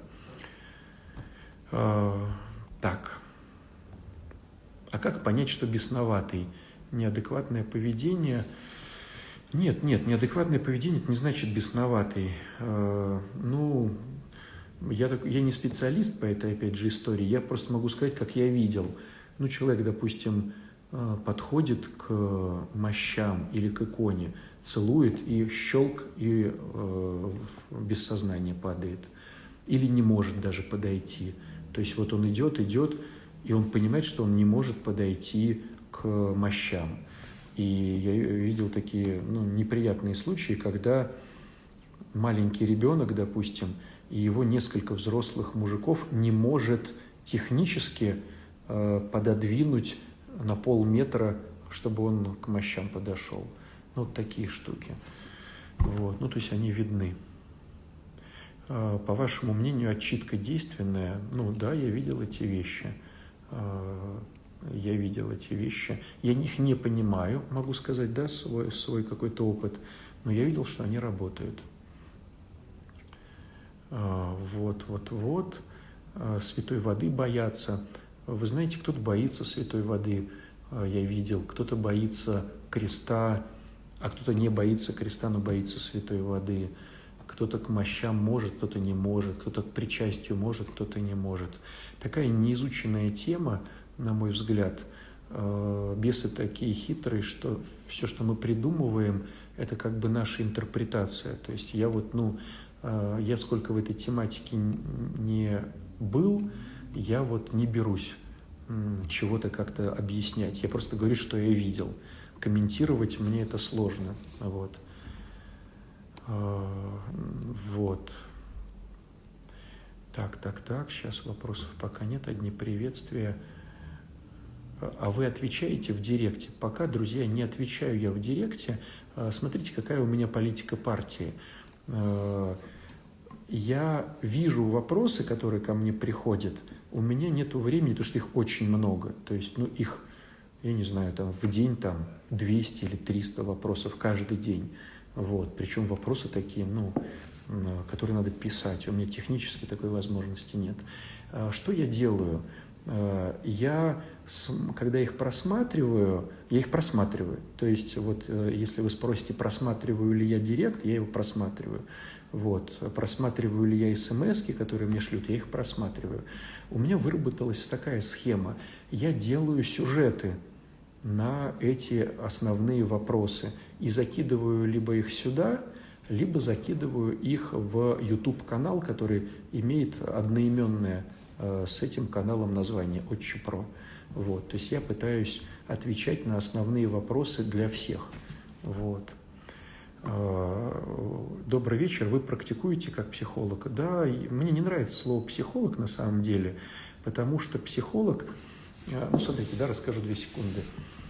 Так. А как понять, что бесноватый? Неадекватное поведение? Нет, неадекватное поведение – это не значит бесноватый. Ну, я не специалист по этой, опять же, истории, я просто могу сказать, как я видел. Ну, человек, допустим, подходит к мощам или к иконе, целует и щелк, и без сознания падает. Или не может даже подойти. То есть вот он идет, и он понимает, что он не может подойти к мощам. И я видел такие неприятные случаи, когда маленький ребенок, допустим, и его несколько взрослых мужиков не может технически пододвинуть на полметра, чтобы он к мощам подошел. Ну, вот такие штуки. Вот. Ну, то есть они видны. По вашему мнению, отчитка действенная? Ну, да, я видел эти вещи. Я их не понимаю, могу сказать, да, свой какой-то опыт, но я видел, что они работают. Вот. Святой воды боятся. Вы знаете, кто-то боится святой воды, я видел, кто-то боится креста, а кто-то не боится креста, но боится святой воды. Кто-то к мощам может, кто-то не может, кто-то к причастию может, кто-то не может. Такая неизученная тема, на мой взгляд. Бесы такие хитрые, что все, что мы придумываем, это как бы наша интерпретация. То есть я сколько в этой тематике не был, я вот не берусь чего-то как-то объяснять. Я просто говорю, что я видел. Комментировать мне это сложно. Вот. Так, сейчас вопросов пока нет, одни приветствия. А вы отвечаете в директе? Пока, друзья, не отвечаю я в директе, смотрите, какая у меня политика партии. Я вижу вопросы, которые ко мне приходят, у меня нет времени, потому что их очень много. То есть, их, я не знаю, там, в день там 200 или 300 вопросов каждый день. Вот. Причем вопросы такие, которые надо писать. У меня технически такой возможности нет. Что я делаю? Когда их просматриваю, я их просматриваю. То есть, если вы спросите, просматриваю ли я директ, я его просматриваю. Просматриваю ли я смс-ки, которые мне шлют, я их просматриваю. У меня выработалась такая схема. Я делаю сюжеты на эти основные вопросы и закидываю либо их сюда, либо закидываю их в YouTube-канал, который имеет одноименное с этим каналом название «Отче.Про». То есть я пытаюсь отвечать на основные вопросы для всех. Добрый вечер, вы практикуете как психолог? Да, мне не нравится слово «психолог» на самом деле, потому что психолог, смотрите, расскажу 2 секунды.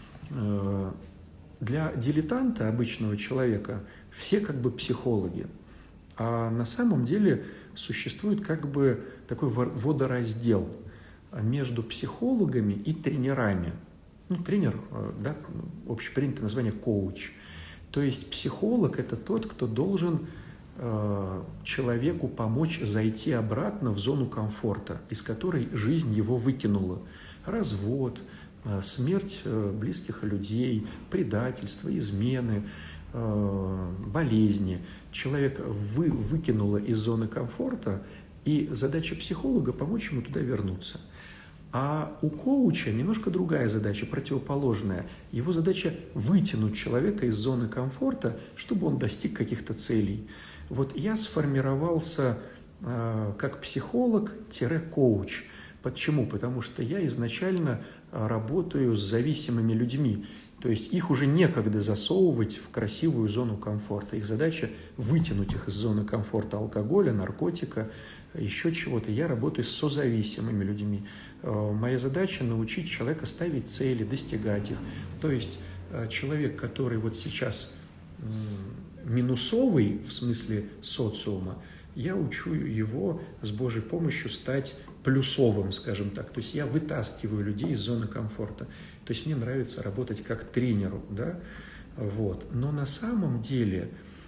Для дилетанта, обычного человека, все как бы психологи, а на самом деле существует как бы такой водораздел между психологами и тренерами. Тренер, общепринятое название коуч. То есть психолог – это тот, кто должен человеку помочь зайти обратно в зону комфорта, из которой жизнь его выкинула. Развод, смерть близких людей, предательство, измены, болезни. Человек выкинуло из зоны комфорта, и задача психолога – помочь ему туда вернуться. А у коуча немножко другая задача, противоположная. Его задача – вытянуть человека из зоны комфорта, чтобы он достиг каких-то целей. Я сформировался как психолог-коуч. Почему? Потому что я изначально работаю с зависимыми людьми. То есть их уже некогда засовывать в красивую зону комфорта. Их задача – вытянуть их из зоны комфорта алкоголя, наркотика, еще чего-то. Я работаю с созависимыми людьми. Моя задача – научить человека ставить цели, достигать их. То есть человек, который сейчас минусовый, в смысле социума, я учу его с Божьей помощью стать плюсовым, скажем так. То есть я вытаскиваю людей из зоны комфорта. То есть мне нравится работать как тренеру, Но на самом деле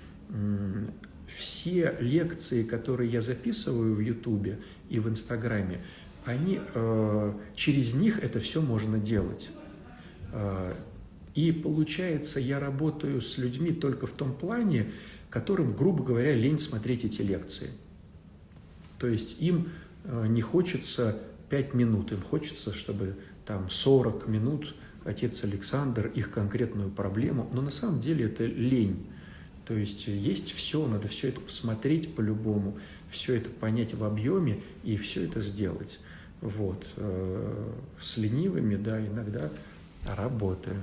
все лекции, которые я записываю в Ютубе и в Инстаграме, через них это все можно делать. И получается, я работаю с людьми только в том плане, которым, грубо говоря, лень смотреть эти лекции. То есть им не хочется 5 минут, им хочется, чтобы 40 минут отец Александр их конкретную проблему, но на самом деле это лень. То есть все, надо все это посмотреть по-любому, все это понять в объеме и все это сделать. С ленивыми, иногда работаю.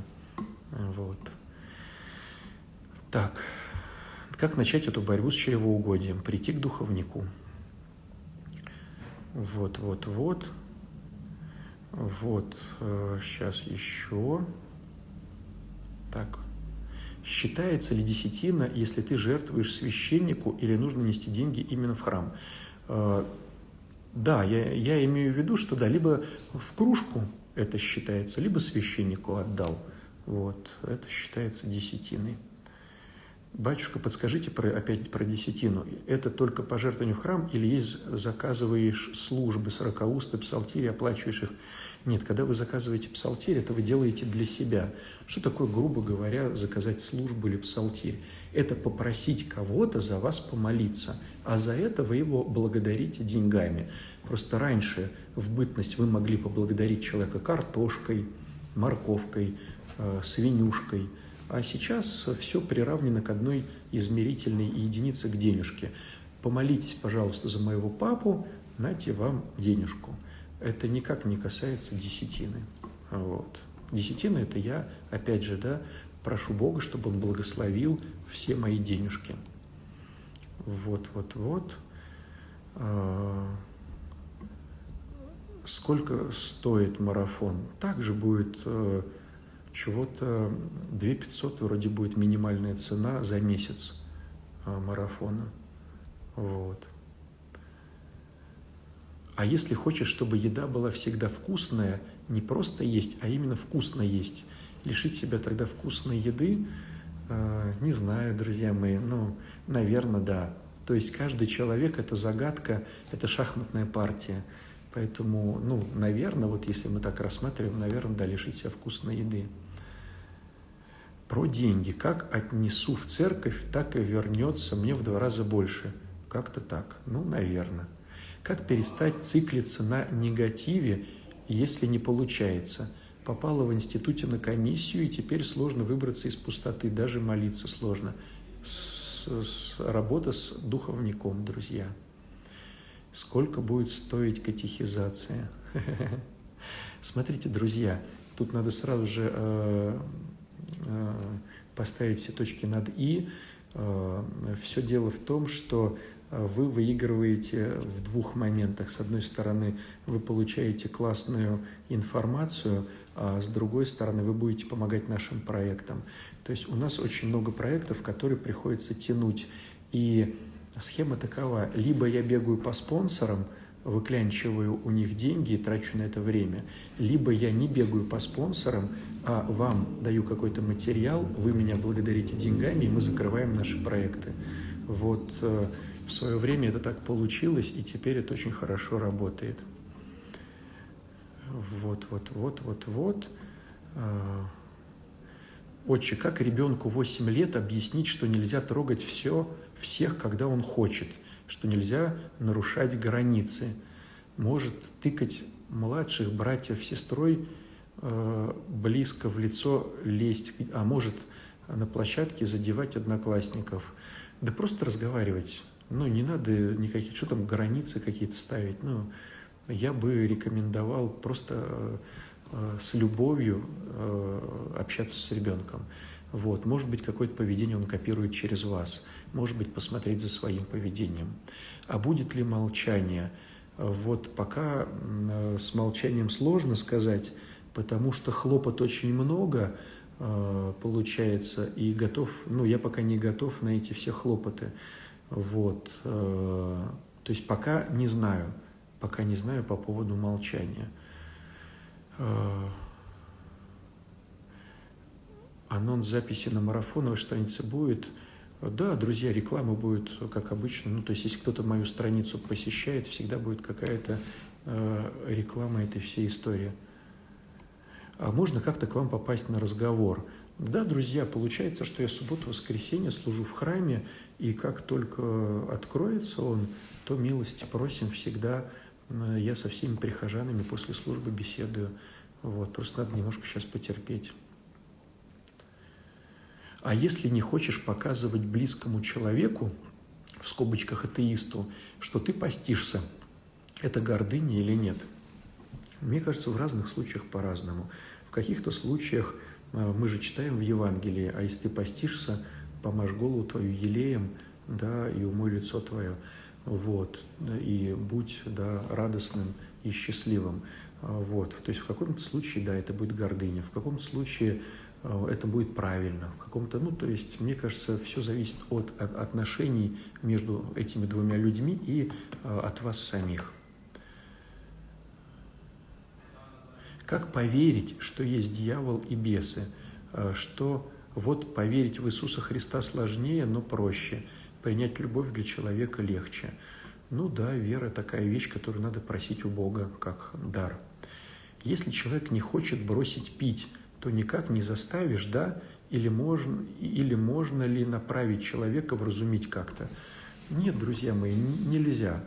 Так, как начать эту борьбу с чревоугодием? Прийти к духовнику. Сейчас еще. Так. Считается ли десятина, если ты жертвуешь священнику или нужно нести деньги именно в храм? Да, я имею в виду, что либо в кружку это считается, либо священнику отдал. Это считается десятиной. Батюшка, подскажите опять про десятину. Это только пожертвование в храм или заказываешь службы, сорокаусты, псалтири, оплачиваешь их? Нет, когда вы заказываете псалтирь, это вы делаете для себя. Что такое, грубо говоря, заказать службу или псалтирь? Это попросить кого-то за вас помолиться, а за это вы его благодарите деньгами. Просто раньше, в бытность, вы могли поблагодарить человека картошкой, морковкой, свинюшкой, а сейчас все приравнено к одной измерительной единице, к денежке. Помолитесь, пожалуйста, за моего папу, нате вам денежку. Это никак не касается десятины. Десятина – это я, опять же, прошу Бога, чтобы Он благословил все мои денежки. Сколько стоит марафон? Также будет чего-то 2500 вроде будет минимальная цена за месяц марафона. Вот. А если хочешь, чтобы еда была всегда вкусная, не просто есть, а именно вкусно есть, лишить себя тогда вкусной еды, не знаю, друзья мои, наверное, да. То есть каждый человек – это загадка, это шахматная партия. Поэтому, наверное, вот если мы так рассматриваем, наверное, да, лишить себя вкусной еды. Про деньги. Как отнесу в церковь, так и вернется мне в 2 раза больше. Как-то так. Наверное. Как перестать циклиться на негативе, если не получается? Попала в институте на комиссию, и теперь сложно выбраться из пустоты, даже молиться сложно. Работа с духовником, друзья. Сколько будет стоить катехизация? Смотрите, друзья, тут надо сразу же поставить все точки над «и». Все дело в том, что вы выигрываете в 2 моментах. С одной стороны, вы получаете классную информацию, а с другой стороны, вы будете помогать нашим проектам. То есть у нас очень много проектов, которые приходится тянуть. И схема такова: либо я бегаю по спонсорам, выклянчиваю у них деньги и трачу на это время, либо я не бегаю по спонсорам, а вам даю какой-то материал, вы меня благодарите деньгами, и мы закрываем наши проекты. Вот в свое время это так получилось, и теперь это очень хорошо работает. Вот. Отче, как ребенку 8 лет объяснить, что нельзя трогать всех, когда он хочет, что нельзя нарушать границы? Может тыкать младших братьев сестрой, близко в лицо лезть, а может на площадке задевать одноклассников? Да просто разговаривать. Не надо никаких, что там, границы какие-то ставить. Я бы рекомендовал просто с любовью общаться с ребенком. Вот. Может быть, какое-то поведение он копирует через вас. Может быть, посмотреть за своим поведением. А будет ли молчание? Вот пока с молчанием сложно сказать, потому что хлопот очень много получается, и я пока не готов на эти все хлопоты. Вот. То есть пока не знаю по поводу молчания. Анонс записи на марафон что-нибудь будет? Да, друзья, реклама будет, как обычно. То есть если кто-то мою страницу посещает, всегда будет какая-то реклама этой всей истории. А можно как-то к вам попасть на разговор? Да, друзья, получается, что я субботу-воскресенье служу в храме, и как только откроется он, то милости просим всегда. Я со всеми прихожанами после службы беседую. Вот, просто надо немножко сейчас потерпеть. А если не хочешь показывать близкому человеку, в скобочках атеисту, что ты постишься, это гордыня или нет? Мне кажется, в разных случаях по-разному. В каких-то случаях мы же читаем в Евангелии: а если ты постишься, помажь голову твою елеем, да, и умой лицо твое, вот, и будь, да, радостным и счастливым. Вот. То есть в каком-то случае, да, это будет гордыня, в каком-то случае это будет правильно, в каком-то, то есть, мне кажется, все зависит от отношений между этими 2 людьми и от вас самих. Как поверить, что есть дьявол и бесы? Что вот поверить в Иисуса Христа сложнее, но проще. Принять любовь для человека легче. Да, вера – такая вещь, которую надо просить у Бога как дар. Если человек не хочет бросить пить, то никак не заставишь, да? Или можно ли направить человека, вразумить как-то? Нет, друзья мои, нельзя.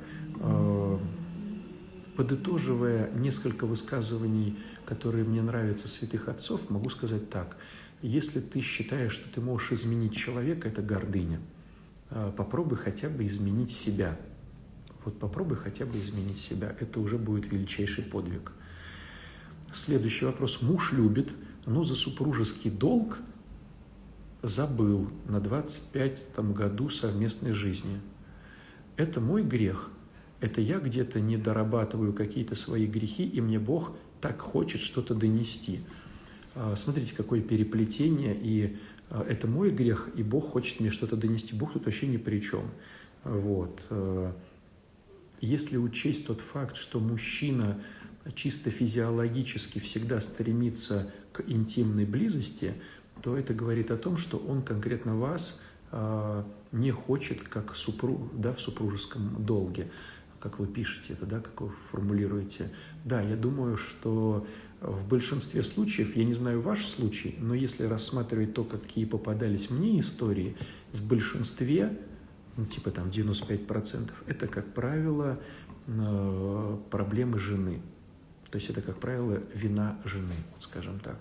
Подытоживая несколько высказываний, которые мне нравятся святых отцов, могу сказать так: если ты считаешь, что ты можешь изменить человека, это гордыня. Попробуй хотя бы изменить себя. Вот попробуй хотя бы изменить себя. Это уже будет величайший подвиг. Следующий вопрос. Муж любит, но за супружеский долг забыл на 25-м году совместной жизни. Это мой грех. Это я где-то не дорабатываю какие-то свои грехи, и мне Бог так хочет что-то донести. смотрите, какое переплетение, и это мой грех, и Бог хочет мне что-то донести. Бог тут вообще ни при чем. Вот. Если учесть тот факт, что мужчина чисто физиологически всегда стремится к интимной близости, то это говорит о том, что он конкретно вас не хочет как в супружеском долге, как вы пишете это, да, как вы формулируете. Да, я думаю, что в большинстве случаев, я не знаю ваш случай, но если рассматривать то, какие попадались мне истории, в большинстве, типа там 95%, это, как правило, проблемы жены. То есть это, как правило, вина жены, скажем так.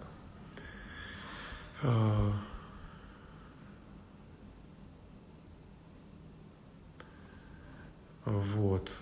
Вот.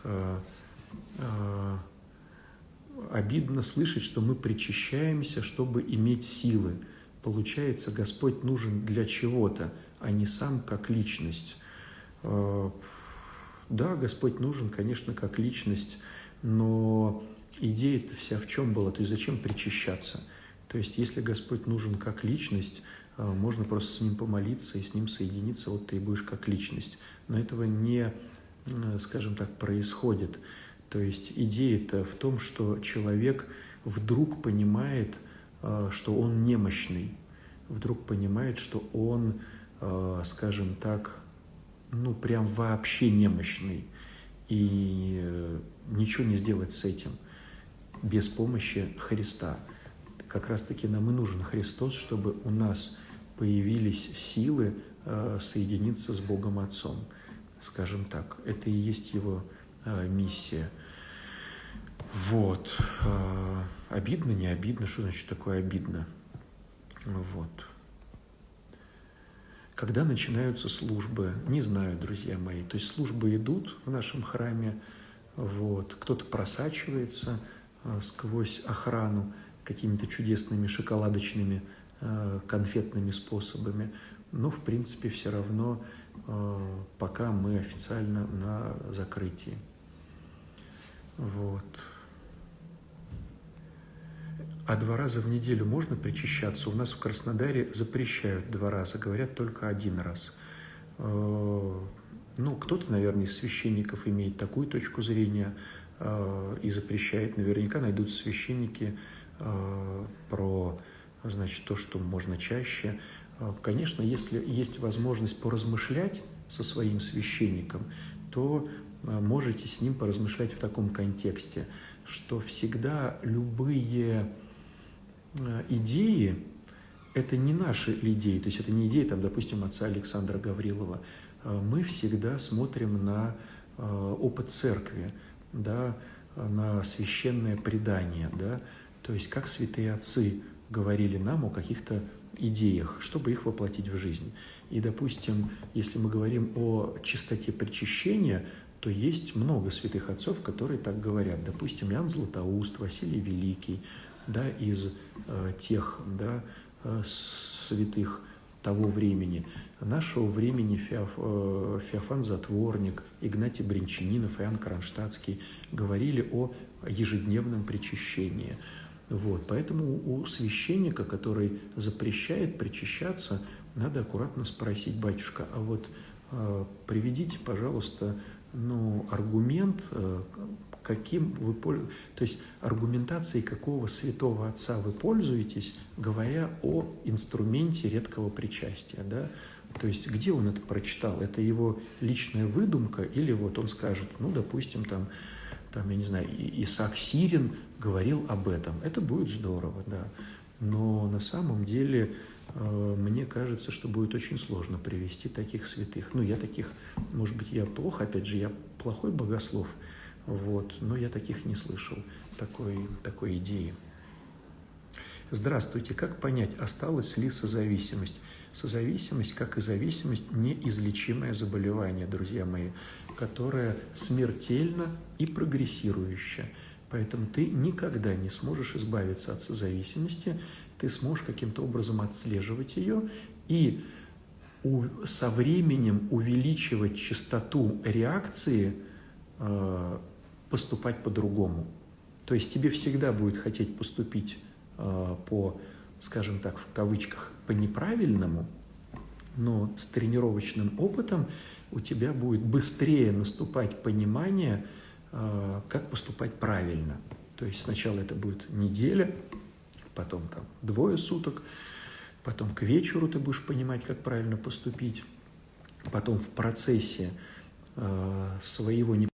Обидно слышать, что мы причащаемся, чтобы иметь силы. Получается, Господь нужен для чего-то, а не сам как личность. Да, Господь нужен, конечно, как личность, но идея-то вся в чем была? То есть зачем причащаться? То есть если Господь нужен как личность, можно просто с Ним помолиться и с Ним соединиться, вот ты и будешь как личность. Но этого не, скажем так, происходит. То есть идея-то в том, что человек вдруг понимает, что он немощный, вдруг понимает, что он, скажем так, прям вообще немощный, и ничего не сделать с этим без помощи Христа. Как раз-таки нам и нужен Христос, чтобы у нас появились силы соединиться с Богом Отцом, скажем так. Это и есть Его миссия. Вот. Обидно, не обидно? Что значит такое обидно? Вот. Когда начинаются службы? Не знаю, друзья мои. То есть службы идут в нашем храме, вот. Кто-то просачивается сквозь охрану какими-то чудесными шоколадочными конфетными способами. Но, в принципе, все равно пока мы официально на закрытии. Вот. А 2 раза в неделю можно причащаться? У нас в Краснодаре запрещают 2 раза, говорят только 1 раз. Кто-то, наверное, из священников имеет такую точку зрения и запрещает. Наверняка найдутся священники про, значит, то, что можно чаще. Конечно, если есть возможность поразмышлять со своим священником, то можете с ним поразмышлять в таком контексте, что всегда любые идеи – это не наши идеи, то есть это не идеи, допустим, отца Александра Гаврилова. Мы всегда смотрим на опыт церкви, да, на священное предание, да, то есть как святые отцы говорили нам о каких-то идеях, чтобы их воплотить в жизнь. И, допустим, если мы говорим о чистоте причащения, то есть много святых отцов, которые так говорят. Допустим, Иоанн Златоуст, Василий Великий, да, из тех, да, святых того времени. Нашего времени Феофан Затворник, Игнатий Бринчанинов, Иоанн Кронштадтский говорили о ежедневном причащении. Вот. Поэтому у священника, который запрещает причащаться, надо аккуратно спросить: батюшка, а вот приведите, пожалуйста, аргумент, каким вы пользуетесь, то есть аргументацией какого святого отца вы пользуетесь, говоря о инструменте редкого причастия, да? То есть где он это прочитал? Это его личная выдумка, или вот он скажет, допустим, я не знаю, Исаак Сирин говорил об этом. Это будет здорово, да. Но на самом деле мне кажется, что будет очень сложно привести таких святых. Я таких, может быть, я плохо, опять же, я плохой богослов, вот, но я таких не слышал, такой идеи. Здравствуйте. Как понять, осталась ли созависимость? Созависимость, как и зависимость, неизлечимое заболевание, друзья мои, которое смертельно и прогрессирующее. Поэтому ты никогда не сможешь избавиться от созависимости, ты сможешь каким-то образом отслеживать ее и со временем увеличивать частоту реакции, поступать по-другому. То есть тебе всегда будет хотеть поступить по скажем так, в кавычках, по неправильному, но с тренировочным опытом у тебя будет быстрее наступать понимание, как поступать правильно. То есть сначала это будет неделя, потом там 2 суток, потом к вечеру ты будешь понимать, как правильно поступить, потом в процессе своего